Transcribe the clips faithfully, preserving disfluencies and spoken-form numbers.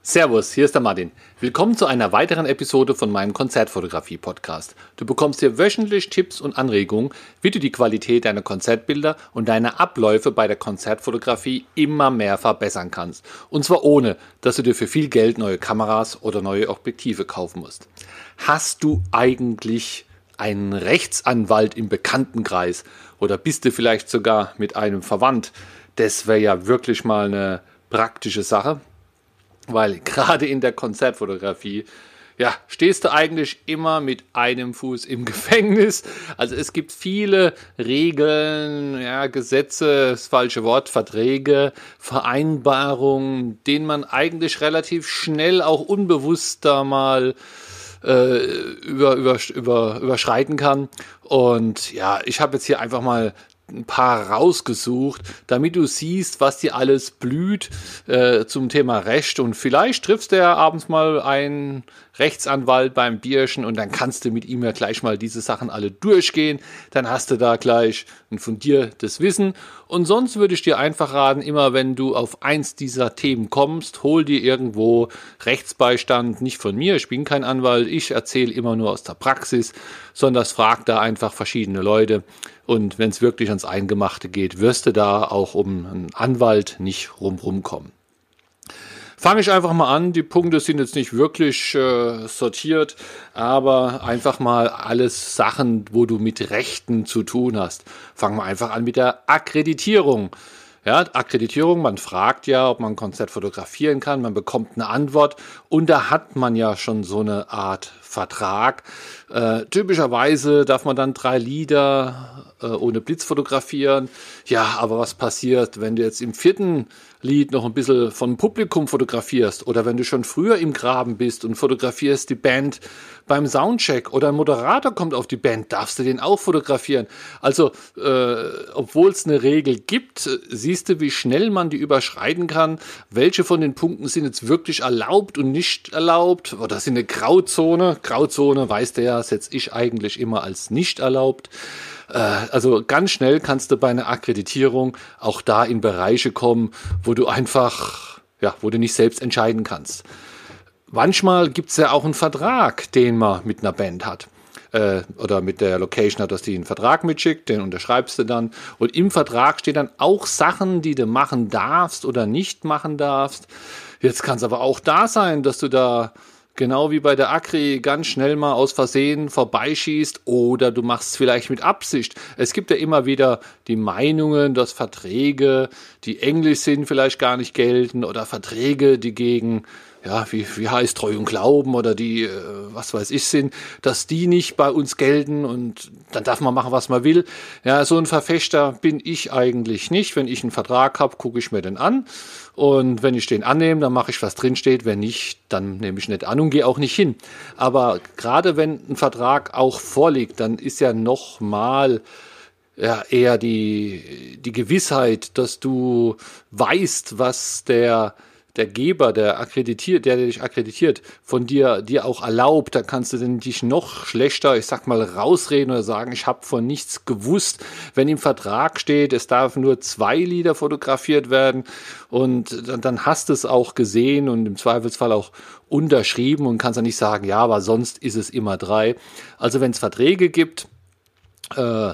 Servus, hier ist der Martin. Willkommen zu einer weiteren Episode von meinem Konzertfotografie-Podcast. Du bekommst hier wöchentlich Tipps und Anregungen, wie du die Qualität deiner Konzertbilder und deine Abläufe bei der Konzertfotografie immer mehr verbessern kannst. Und zwar ohne, dass du dir für viel Geld neue Kameras oder neue Objektive kaufen musst. Hast du eigentlich einen Rechtsanwalt im Bekanntenkreis oder bist du vielleicht sogar mit einem verwandt? Das wäre ja wirklich mal eine praktische Sache. Weil gerade in der Konzertfotografie, ja, stehst du eigentlich immer mit einem Fuß im Gefängnis. Also es gibt viele Regeln, ja, Gesetze, das falsche Wort, Verträge, Vereinbarungen, denen man eigentlich relativ schnell auch unbewusst da mal äh, über, über, über, überschreiten kann. Und ja, ich habe jetzt hier einfach mal ein paar rausgesucht, damit du siehst, was dir alles blüht äh, zum Thema Recht, und vielleicht triffst du ja abends mal einen Rechtsanwalt beim Bierchen und dann kannst du mit ihm ja gleich mal diese Sachen alle durchgehen, dann hast du da gleich ein fundiertes Wissen. Und sonst würde ich dir einfach raten, immer wenn du auf eins dieser Themen kommst, hol dir irgendwo Rechtsbeistand, nicht von mir, ich bin kein Anwalt, ich erzähle immer nur aus der Praxis, sondern frag da einfach verschiedene Leute. Und wenn es wirklich ans Eingemachte geht, wirst du da auch um einen Anwalt nicht rumrum kommen. Fange ich einfach mal an. Die Punkte sind jetzt nicht wirklich äh, sortiert, aber einfach mal alles Sachen, wo du mit Rechten zu tun hast. Fangen wir einfach an mit der Akkreditierung. Ja, Akkreditierung, man fragt ja, ob man ein Konzert fotografieren kann, man bekommt eine Antwort und da hat man ja schon so eine Art Vertrag. Äh, typischerweise darf man dann drei Lieder äh, ohne Blitz fotografieren. Ja, aber was passiert, wenn du jetzt im vierten Lied noch ein bisschen von Publikum fotografierst oder wenn du schon früher im Graben bist und fotografierst die Band beim Soundcheck oder ein Moderator kommt auf die Band, darfst du den auch fotografieren. Also, äh, obwohl es eine Regel gibt, siehst du, wie schnell man die überschreiten kann. Welche von den Punkten sind jetzt wirklich erlaubt und nicht erlaubt? Oder sind eine Grauzone? Grauzone, weißt du ja, setze ich eigentlich immer als nicht erlaubt. Äh, also ganz schnell kannst du bei einer Akkreditierung auch da in Bereiche kommen, wo du einfach, ja, wo du nicht selbst entscheiden kannst. Manchmal gibt es ja auch einen Vertrag, den man mit einer Band hat. Äh, oder mit der Location hat, dass die einen Vertrag mitschickt, den unterschreibst du dann. Und im Vertrag stehen dann auch Sachen, die du machen darfst oder nicht machen darfst. Jetzt kann es aber auch da sein, dass du da genau wie bei der Akkri ganz schnell mal aus Versehen vorbeischießt oder du machst es vielleicht mit Absicht. Es gibt ja immer wieder die Meinungen, dass Verträge, die englisch sind, vielleicht gar nicht gelten oder Verträge, die gegen, ja, wie, wie heißt Treu und Glauben oder die, äh, was weiß ich, sind, dass die nicht bei uns gelten und dann darf man machen, was man will. Ja, so ein Verfechter bin ich eigentlich nicht. Wenn ich einen Vertrag habe, gucke ich mir den an und wenn ich den annehme, dann mache ich, was drin steht. Wenn nicht, dann nehme ich nicht an und gehe auch nicht hin. Aber gerade wenn ein Vertrag auch vorliegt, dann ist ja nochmal ja, eher die, die Gewissheit, dass du weißt, was der der Geber, der akkreditiert, der, der dich akkreditiert, von dir, dir auch erlaubt, da kannst du denn dich noch schlechter, ich sag mal, rausreden oder sagen, ich habe von nichts gewusst. Wenn im Vertrag steht, es darf nur zwei Lieder fotografiert werden und dann, dann hast du es auch gesehen und im Zweifelsfall auch unterschrieben und kannst dann nicht sagen, ja, aber sonst ist es immer drei. Also wenn es Verträge gibt, äh,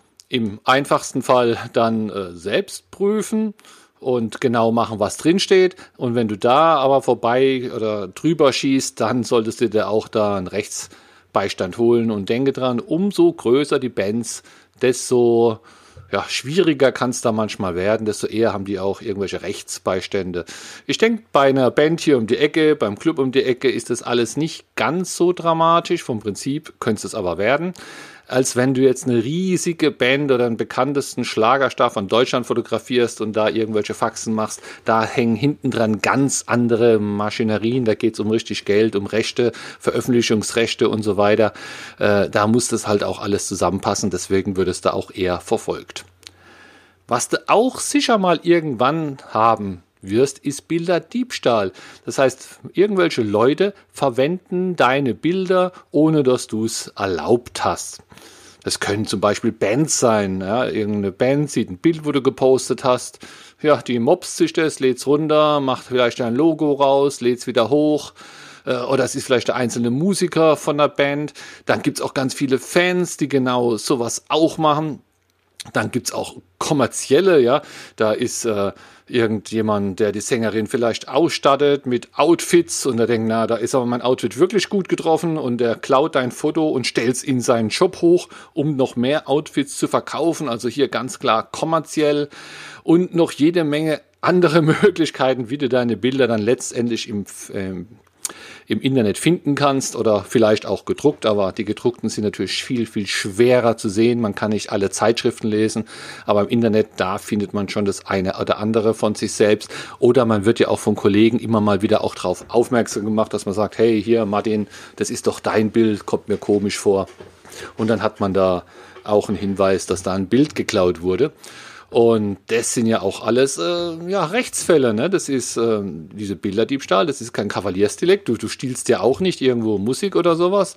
im einfachsten Fall dann äh, selbst prüfen und genau machen, was drin steht. Und wenn du da aber vorbei oder drüber schießt, dann solltest du dir auch da einen Rechtsbeistand holen. Und denke dran, umso größer die Bands, desto ja, schwieriger kann es da manchmal werden, desto eher haben die auch irgendwelche Rechtsbeistände. Ich denke, bei einer Band hier um die Ecke, beim Club um die Ecke ist das alles nicht ganz so dramatisch. Vom Prinzip könnte es aber werden, als wenn du jetzt eine riesige Band oder einen bekanntesten Schlagerstar von Deutschland fotografierst und da irgendwelche Faxen machst. Da hängen hinten dran ganz andere Maschinerien, da geht es um richtig Geld, um Rechte, Veröffentlichungsrechte und so weiter. Äh, da muss das halt auch alles zusammenpassen, deswegen wird es da auch eher verfolgt. Was du auch sicher mal irgendwann haben wirst, ist Bilderdiebstahl. Das heißt, irgendwelche Leute verwenden deine Bilder, ohne dass du es erlaubt hast. Das können zum Beispiel Bands sein. Ja, irgendeine Band sieht ein Bild, wo du gepostet hast. ja, die mobst sich das, lädt's runter, macht vielleicht ein Logo raus, lädt's wieder hoch. Oder es ist vielleicht der einzelne Musiker von der Band. Dann gibt's auch ganz viele Fans, die genau sowas auch machen. Dann gibt's auch kommerzielle, ja. Da ist äh, irgendjemand, der die Sängerin vielleicht ausstattet mit Outfits und der denkt, na, da ist aber mein Outfit wirklich gut getroffen und der klaut dein Foto und stellt's in seinen Shop hoch, um noch mehr Outfits zu verkaufen. Also hier ganz klar kommerziell und noch jede Menge andere Möglichkeiten, wie du deine Bilder dann letztendlich im ähm, im Internet finden kannst oder vielleicht auch gedruckt, aber die gedruckten sind natürlich viel, viel schwerer zu sehen. Man kann nicht alle Zeitschriften lesen, aber im Internet, da findet man schon das eine oder andere von sich selbst oder man wird ja auch von Kollegen immer mal wieder auch darauf aufmerksam gemacht, dass man sagt, hey, hier Martin, das ist doch dein Bild, kommt mir komisch vor. Und dann hat man da auch einen Hinweis, dass da ein Bild geklaut wurde. Und das sind ja auch alles äh, ja, Rechtsfälle, ne? Das ist äh, diese Bilderdiebstahl, das ist kein Kavaliersdelikt, du, du stiehlst ja auch nicht irgendwo Musik oder sowas.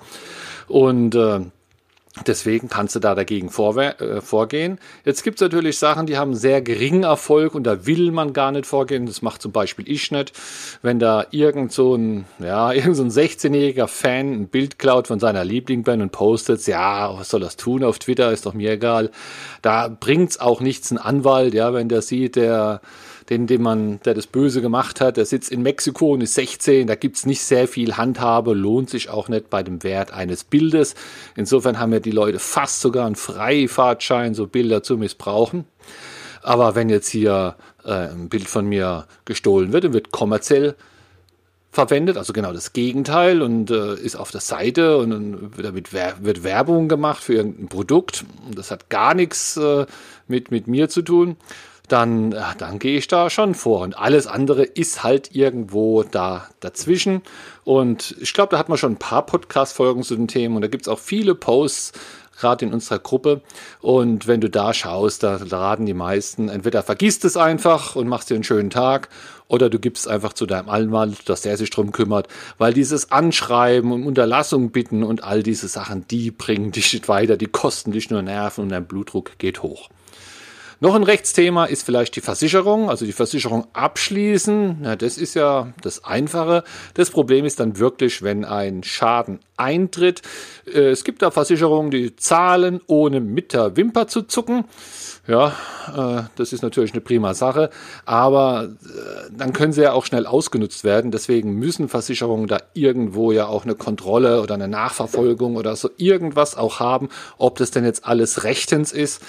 Und äh, deswegen kannst du da dagegen vorwe- äh, vorgehen. Jetzt gibt es natürlich Sachen, die haben sehr geringen Erfolg und da will man gar nicht vorgehen. Das macht zum Beispiel ich nicht. Wenn da irgend so ein, ja, irgend so ein sechzehnjähriger Fan ein Bild klaut von seiner Lieblingsband und postet, ja, was soll das tun auf Twitter, ist doch mir egal. Da bringt's auch nichts ein Anwalt, ja, wenn der sieht, der den, den man, der das Böse gemacht hat, der sitzt in Mexiko und ist sechzehn, da gibt's nicht sehr viel Handhabe, lohnt sich auch nicht bei dem Wert eines Bildes. Insofern haben ja die Leute fast sogar einen Freifahrtschein, so Bilder zu missbrauchen. Aber wenn jetzt hier äh, ein Bild von mir gestohlen wird und wird kommerziell verwendet, also genau das Gegenteil und äh, ist auf der Seite und dann wird, wird Werbung gemacht für irgendein Produkt und das hat gar nichts äh, mit, mit mir zu tun, dann, ja, dann gehe ich da schon vor. Und alles andere ist halt irgendwo da dazwischen. Und ich glaube, da hat man schon ein paar Podcast-Folgen zu den Themen und da gibt es auch viele Posts, gerade in unserer Gruppe. Und wenn du da schaust, da raten die meisten, entweder vergisst es einfach und machst dir einen schönen Tag oder du gibst einfach zu deinem Anwalt, dass der sich drum kümmert, weil dieses Anschreiben und Unterlassung bitten und all diese Sachen, die bringen dich nicht weiter, die kosten dich nur Nerven und dein Blutdruck geht hoch. Noch ein Rechtsthema ist vielleicht die Versicherung, also die Versicherung abschließen. Ja, das ist ja das Einfache. Das Problem ist dann wirklich, wenn ein Schaden eintritt. Es gibt da Versicherungen, die zahlen, ohne mit der Wimper zu zucken. Ja, äh, das ist natürlich eine prima Sache, aber äh, dann können sie ja auch schnell ausgenutzt werden. Deswegen müssen Versicherungen da irgendwo ja auch eine Kontrolle oder eine Nachverfolgung oder so irgendwas auch haben, ob das denn jetzt alles rechtens ist.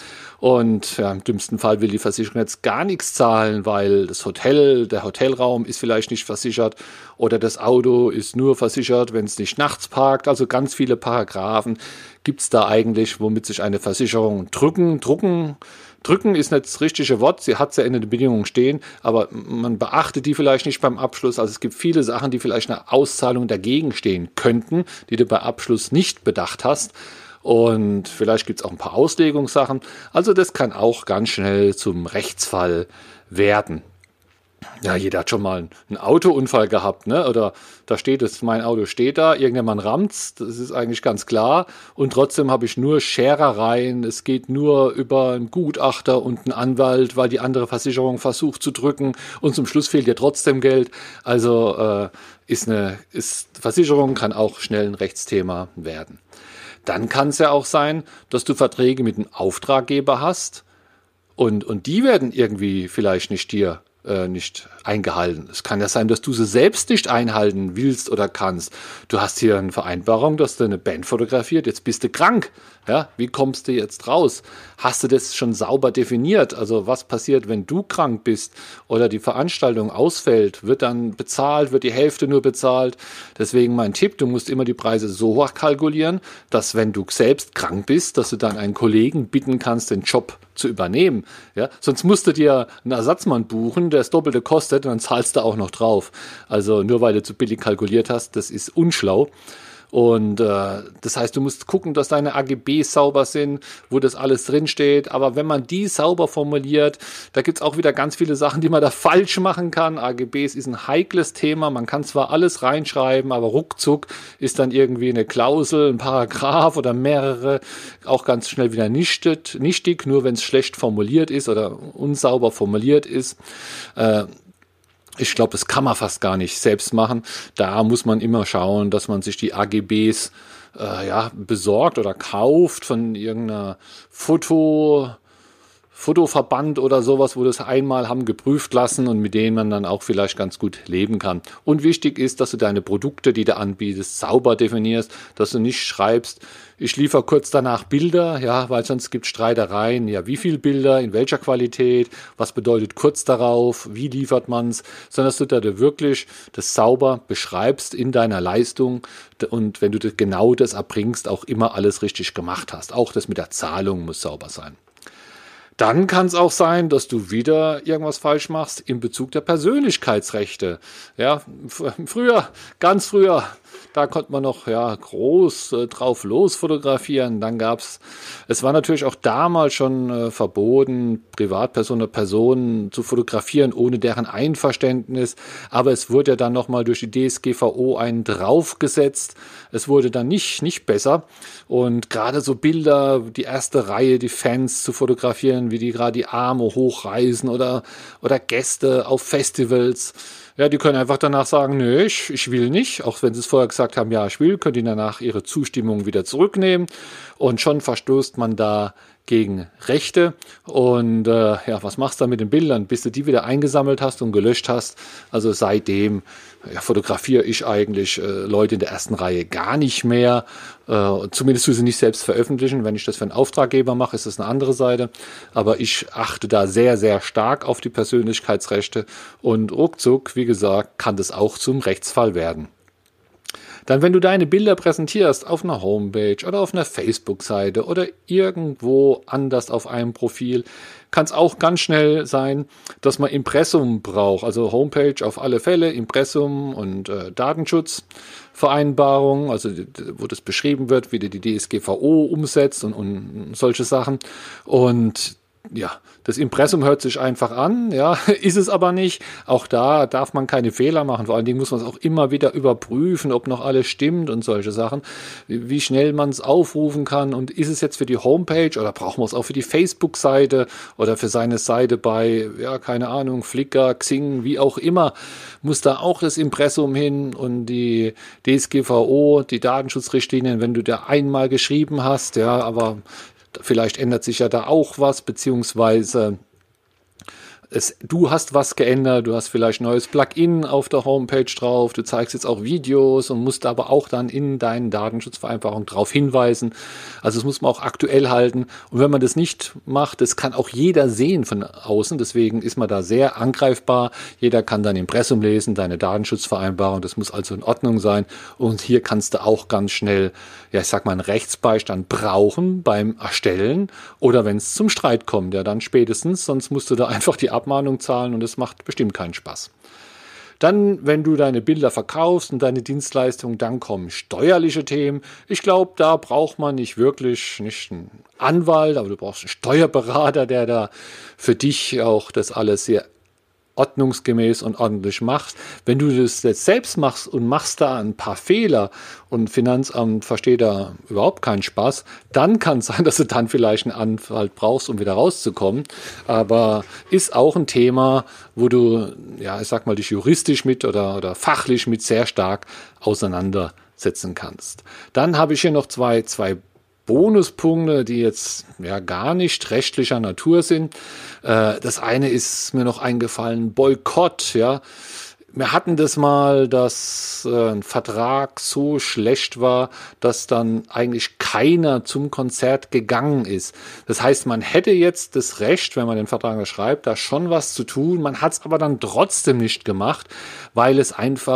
Und ja, im dümmsten Fall will die Versicherung jetzt gar nichts zahlen, weil das Hotel, der Hotelraum ist vielleicht nicht versichert oder das Auto ist nur versichert, wenn es nicht nachts parkt. Also ganz viele Paragraphen gibt es da eigentlich, womit sich eine Versicherung drücken, drucken, drücken ist nicht das richtige Wort, sie hat es ja in den Bedingungen stehen, aber man beachtet die vielleicht nicht beim Abschluss. Also es gibt viele Sachen, die vielleicht eine Auszahlung dagegen stehen könnten, die du bei Abschluss nicht bedacht hast. Und vielleicht gibt es auch ein paar Auslegungssachen. Also das kann auch ganz schnell zum Rechtsfall werden. Ja, jeder hat schon mal einen Autounfall gehabt, ne? Oder da steht es, mein Auto steht da, irgendjemand rammt's, das ist eigentlich ganz klar. Und trotzdem habe ich nur Scherereien, es geht nur über einen Gutachter und einen Anwalt, weil die andere Versicherung versucht zu drücken und zum Schluss fehlt dir trotzdem Geld. Also äh, ist eine ist, Versicherung kann auch schnell ein Rechtsthema werden. Dann kann es ja auch sein, dass du Verträge mit einem Auftraggeber hast und, und die werden irgendwie vielleicht nicht dir äh, nicht eingehalten. Es kann ja sein, dass du sie selbst nicht einhalten willst oder kannst. Du hast hier eine Vereinbarung, dass du eine Band fotografiert, jetzt bist du krank. Ja, wie kommst du jetzt raus? Hast du das schon sauber definiert? Also was passiert, wenn du krank bist oder die Veranstaltung ausfällt? Wird dann bezahlt, wird die Hälfte nur bezahlt? Deswegen mein Tipp, du musst immer die Preise so hoch kalkulieren, dass wenn du selbst krank bist, dass du dann einen Kollegen bitten kannst, den Job zu übernehmen. Ja, sonst musst du dir einen Ersatzmann buchen, der das Doppelte kostet und dann zahlst du auch noch drauf. Also nur weil du zu billig kalkuliert hast, das ist unschlau. Und äh, das heißt, du musst gucken, dass deine A G Bs sauber sind, wo das alles drinsteht. Aber wenn man die sauber formuliert, da gibt es auch wieder ganz viele Sachen, die man da falsch machen kann. A G Bs ist ein heikles Thema. Man kann zwar alles reinschreiben, aber ruckzuck ist dann irgendwie eine Klausel, ein Paragraph oder mehrere auch ganz schnell wieder nichtet, nichtig, nur wenn es schlecht formuliert ist oder unsauber formuliert ist. Äh, Ich glaube, das kann man fast gar nicht selbst machen. Da muss man immer schauen, dass man sich die A G Bs äh, ja, besorgt oder kauft von irgendeiner Foto, Fotoverband oder sowas, wo das einmal haben geprüft lassen und mit denen man dann auch vielleicht ganz gut leben kann. Und wichtig ist, dass du deine Produkte, die du anbietest, sauber definierst, dass du nicht schreibst, ich liefere kurz danach Bilder, ja, weil sonst gibt es Streitereien, ja, wie viele Bilder, in welcher Qualität, was bedeutet kurz darauf, wie liefert man es, sondern dass du da wirklich das sauber beschreibst in deiner Leistung und wenn du genau das erbringst, auch immer alles richtig gemacht hast. Auch das mit der Zahlung muss sauber sein. Dann kann es auch sein, dass du wieder irgendwas falsch machst in Bezug der Persönlichkeitsrechte. Ja, früher, ganz früher, da konnte man noch ja groß äh, drauf los fotografieren. Dann gab's, es war natürlich auch damals schon äh, verboten, Privatpersonen oder Personen zu fotografieren ohne deren Einverständnis. Aber es wurde ja dann nochmal durch die D S G V O einen draufgesetzt. Es wurde dann nicht nicht besser. Und gerade so Bilder, die erste Reihe, die Fans zu fotografieren, wie die gerade die Arme hochreißen oder, oder Gäste auf Festivals. Ja, die können einfach danach sagen, nö, ich, ich will nicht. Auch wenn sie es vorher gesagt haben, ja, ich will, können die danach ihre Zustimmung wieder zurücknehmen. Und schon verstoßt man da gegen Rechte. Und äh, ja, was machst du da mit den Bildern? Bis du die wieder eingesammelt hast und gelöscht hast. Also seitdem ja, fotografiere ich eigentlich äh, Leute in der ersten Reihe gar nicht mehr. Äh, zumindest tue ich sie nicht selbst veröffentlichen. Wenn ich das für einen Auftraggeber mache, ist das eine andere Seite. Aber ich achte da sehr, sehr stark auf die Persönlichkeitsrechte. Und ruckzuck, wie gesagt, kann das auch zum Rechtsfall werden. Dann, wenn du deine Bilder präsentierst auf einer Homepage oder auf einer Facebook-Seite oder irgendwo anders auf einem Profil, kann es auch ganz schnell sein, dass man Impressum braucht. Also Homepage auf alle Fälle, Impressum und äh, Datenschutzvereinbarung, also wo das beschrieben wird, wie du die D S G V O umsetzt und, und solche Sachen. Und ja, das Impressum hört sich einfach an, ja, ist es aber nicht. Auch da darf man keine Fehler machen. Vor allen Dingen muss man es auch immer wieder überprüfen, ob noch alles stimmt und solche Sachen, wie schnell man es aufrufen kann. Und ist es jetzt für die Homepage oder brauchen wir es auch für die Facebook-Seite oder für seine Seite bei, ja, keine Ahnung, Flickr, Xing, wie auch immer, muss da auch das Impressum hin und die D S G V O, die Datenschutzrichtlinien, wenn du da einmal geschrieben hast, ja, aber vielleicht ändert sich ja da auch was, beziehungsweise es, du hast was geändert, du hast vielleicht ein neues Plugin auf der Homepage drauf, du zeigst jetzt auch Videos und musst aber auch dann in deinen Datenschutzvereinbarungen darauf hinweisen. Also das muss man auch aktuell halten. Und wenn man das nicht macht, das kann auch jeder sehen von außen, deswegen ist man da sehr angreifbar. Jeder kann dein Impressum lesen, deine Datenschutzvereinbarung, das muss also in Ordnung sein. Und hier kannst du auch ganz schnell, ja ich sag mal, einen Rechtsbeistand brauchen beim Erstellen oder wenn es zum Streit kommt, ja dann spätestens, sonst musst du da einfach die Abmahnung zahlen und es macht bestimmt keinen Spaß. Dann, wenn du deine Bilder verkaufst und deine Dienstleistung, dann kommen steuerliche Themen. Ich glaube, da braucht man nicht wirklich nicht einen Anwalt, aber du brauchst einen Steuerberater, der da für dich auch das alles sehr ordnungsgemäß und ordentlich machst. Wenn du das jetzt selbst machst und machst da ein paar Fehler und Finanzamt versteht da überhaupt keinen Spaß, dann kann es sein, dass du dann vielleicht einen Anwalt brauchst, um wieder rauszukommen. Aber ist auch ein Thema, wo du, ja, ich sag mal, dich juristisch mit oder, oder fachlich mit sehr stark auseinandersetzen kannst. Dann habe ich hier noch zwei, zwei Bonuspunkte, die jetzt ja gar nicht rechtlicher Natur sind. Äh, das eine ist mir noch eingefallen, Boykott, ja. Wir hatten das mal, dass äh, ein Vertrag so schlecht war, dass dann eigentlich keiner zum Konzert gegangen ist. Das heißt, man hätte jetzt das Recht, wenn man den Vertrag schreibt, da schon was zu tun. Man hat es aber dann trotzdem nicht gemacht, weil es einfach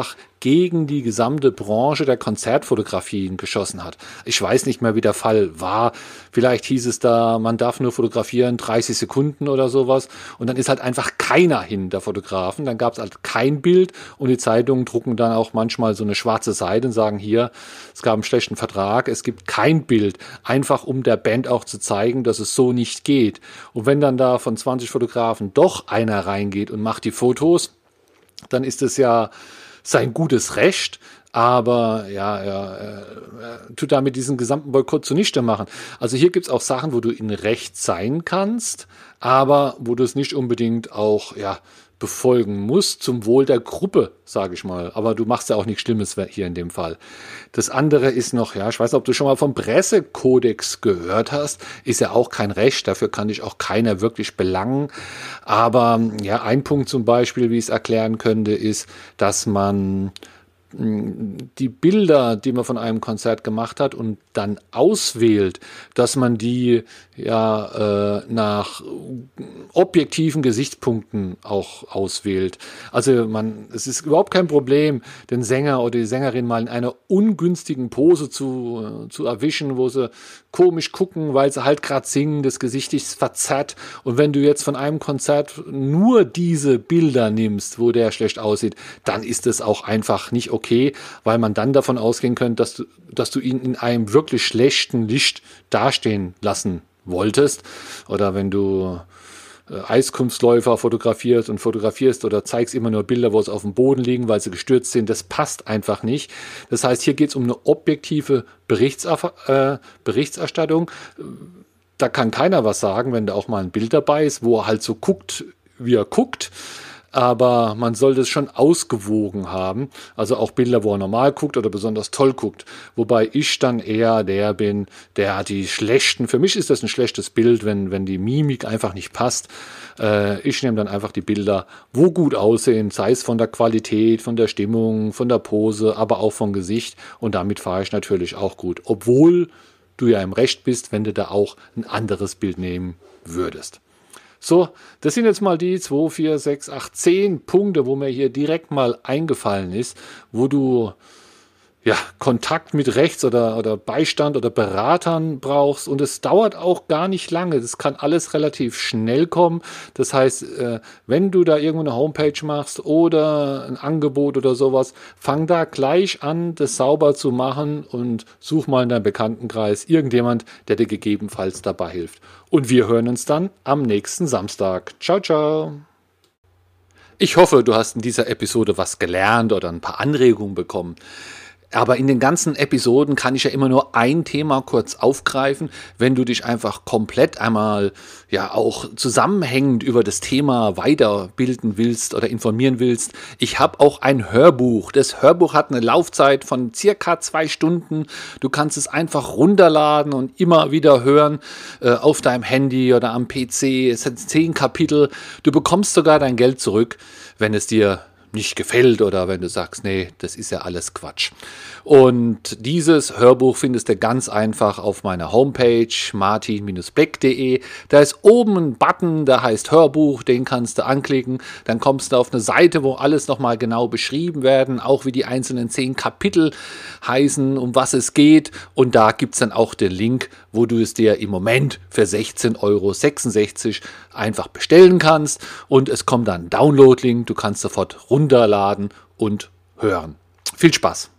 gegen die gesamte Branche der Konzertfotografien geschossen hat. Ich weiß nicht mehr, wie der Fall war. Vielleicht hieß es da, man darf nur fotografieren, dreißig Sekunden oder sowas. Und dann ist halt einfach keiner hin, der Fotografen. Dann gab es halt kein Bild und die Zeitungen drucken dann auch manchmal so eine schwarze Seite und sagen, hier, es gab einen schlechten Vertrag, es gibt kein Bild. Einfach um der Band auch zu zeigen, dass es so nicht geht. Und wenn dann da von zwanzig Fotografen doch einer reingeht und macht die Fotos, dann ist es ja sein gutes Recht, aber ja, er, er tut damit diesen gesamten Boykott zunichte machen. Also hier gibt es auch Sachen, wo du in Recht sein kannst, aber wo du es nicht unbedingt auch ja befolgen musst, zum Wohl der Gruppe, sage ich mal. Aber du machst ja auch nichts Schlimmes hier in dem Fall. Das andere ist noch, ja, ich weiß nicht, ob du schon mal vom Pressekodex gehört hast, ist ja auch kein Recht, dafür kann dich auch keiner wirklich belangen. Aber ja, ein Punkt zum Beispiel, wie ich es erklären könnte, ist, dass man die Bilder, die man von einem Konzert gemacht hat und dann auswählt, dass man die ja äh, nach objektiven Gesichtspunkten auch auswählt. Also man, es ist überhaupt kein Problem, den Sänger oder die Sängerin mal in einer ungünstigen Pose zu, äh, zu erwischen, wo sie komisch gucken, weil sie halt gerade singen, das Gesicht ist verzerrt. Und wenn du jetzt von einem Konzert nur diese Bilder nimmst, wo der schlecht aussieht, dann ist es auch einfach nicht okay, weil man dann davon ausgehen könnte, dass du, dass du ihn in einem wirklich schlechten Licht dastehen lassen wolltest. Oder wenn du äh, Eiskunstläufer fotografierst und fotografierst oder zeigst immer nur Bilder, wo sie auf dem Boden liegen, weil sie gestürzt sind, das passt einfach nicht. Das heißt, hier geht es um eine objektive Berichtserf- äh, Berichterstattung. Da kann keiner was sagen, wenn da auch mal ein Bild dabei ist, wo er halt so guckt, wie er guckt. Aber man sollte es schon ausgewogen haben. Also auch Bilder, wo er normal guckt oder besonders toll guckt. Wobei ich dann eher der bin, der die schlechten, für mich ist das ein schlechtes Bild, wenn, wenn die Mimik einfach nicht passt. Äh, ich nehme dann einfach die Bilder, wo gut aussehen, sei es von der Qualität, von der Stimmung, von der Pose, aber auch vom Gesicht. Und damit fahre ich natürlich auch gut. Obwohl du ja im Recht bist, wenn du da auch ein anderes Bild nehmen würdest. So, das sind jetzt mal die zwei, vier, sechs, acht, zehn Punkte, wo mir hier direkt mal eingefallen ist, wo du ja, Kontakt mit Rechts- oder, oder Beistand oder Beratern brauchst. Und es dauert auch gar nicht lange. Das kann alles relativ schnell kommen. Das heißt, äh, wenn du da irgendwo eine Homepage machst oder ein Angebot oder sowas, fang da gleich an, das sauber zu machen und such mal in deinem Bekanntenkreis irgendjemand, der dir gegebenenfalls dabei hilft. Und wir hören uns dann am nächsten Samstag. Ciao, ciao. Ich hoffe, du hast in dieser Episode was gelernt oder ein paar Anregungen bekommen. Aber in den ganzen Episoden kann ich ja immer nur ein Thema kurz aufgreifen, wenn du dich einfach komplett einmal ja auch zusammenhängend über das Thema weiterbilden willst oder informieren willst. Ich habe auch ein Hörbuch. Das Hörbuch hat eine Laufzeit von circa zwei Stunden. Du kannst es einfach runterladen und immer wieder hören äh, auf deinem Handy oder am P C. Es hat zehn Kapitel. Du bekommst sogar dein Geld zurück, wenn es dir nicht gefällt oder wenn du sagst, nee, das ist ja alles Quatsch. Und dieses Hörbuch findest du ganz einfach auf meiner Homepage martin Bindestrich beck punkt de. Da ist oben ein Button, der heißt Hörbuch, den kannst du anklicken. Dann kommst du auf eine Seite, wo alles nochmal genau beschrieben werden, auch wie die einzelnen zehn Kapitel heißen, um was es geht. Und da gibt es dann auch den Link, wo du es dir im Moment für sechzehn Euro sechsundsechzig einfach bestellen kannst. Und es kommt dann ein Download-Link, du kannst sofort runterladen und hören. Viel Spaß!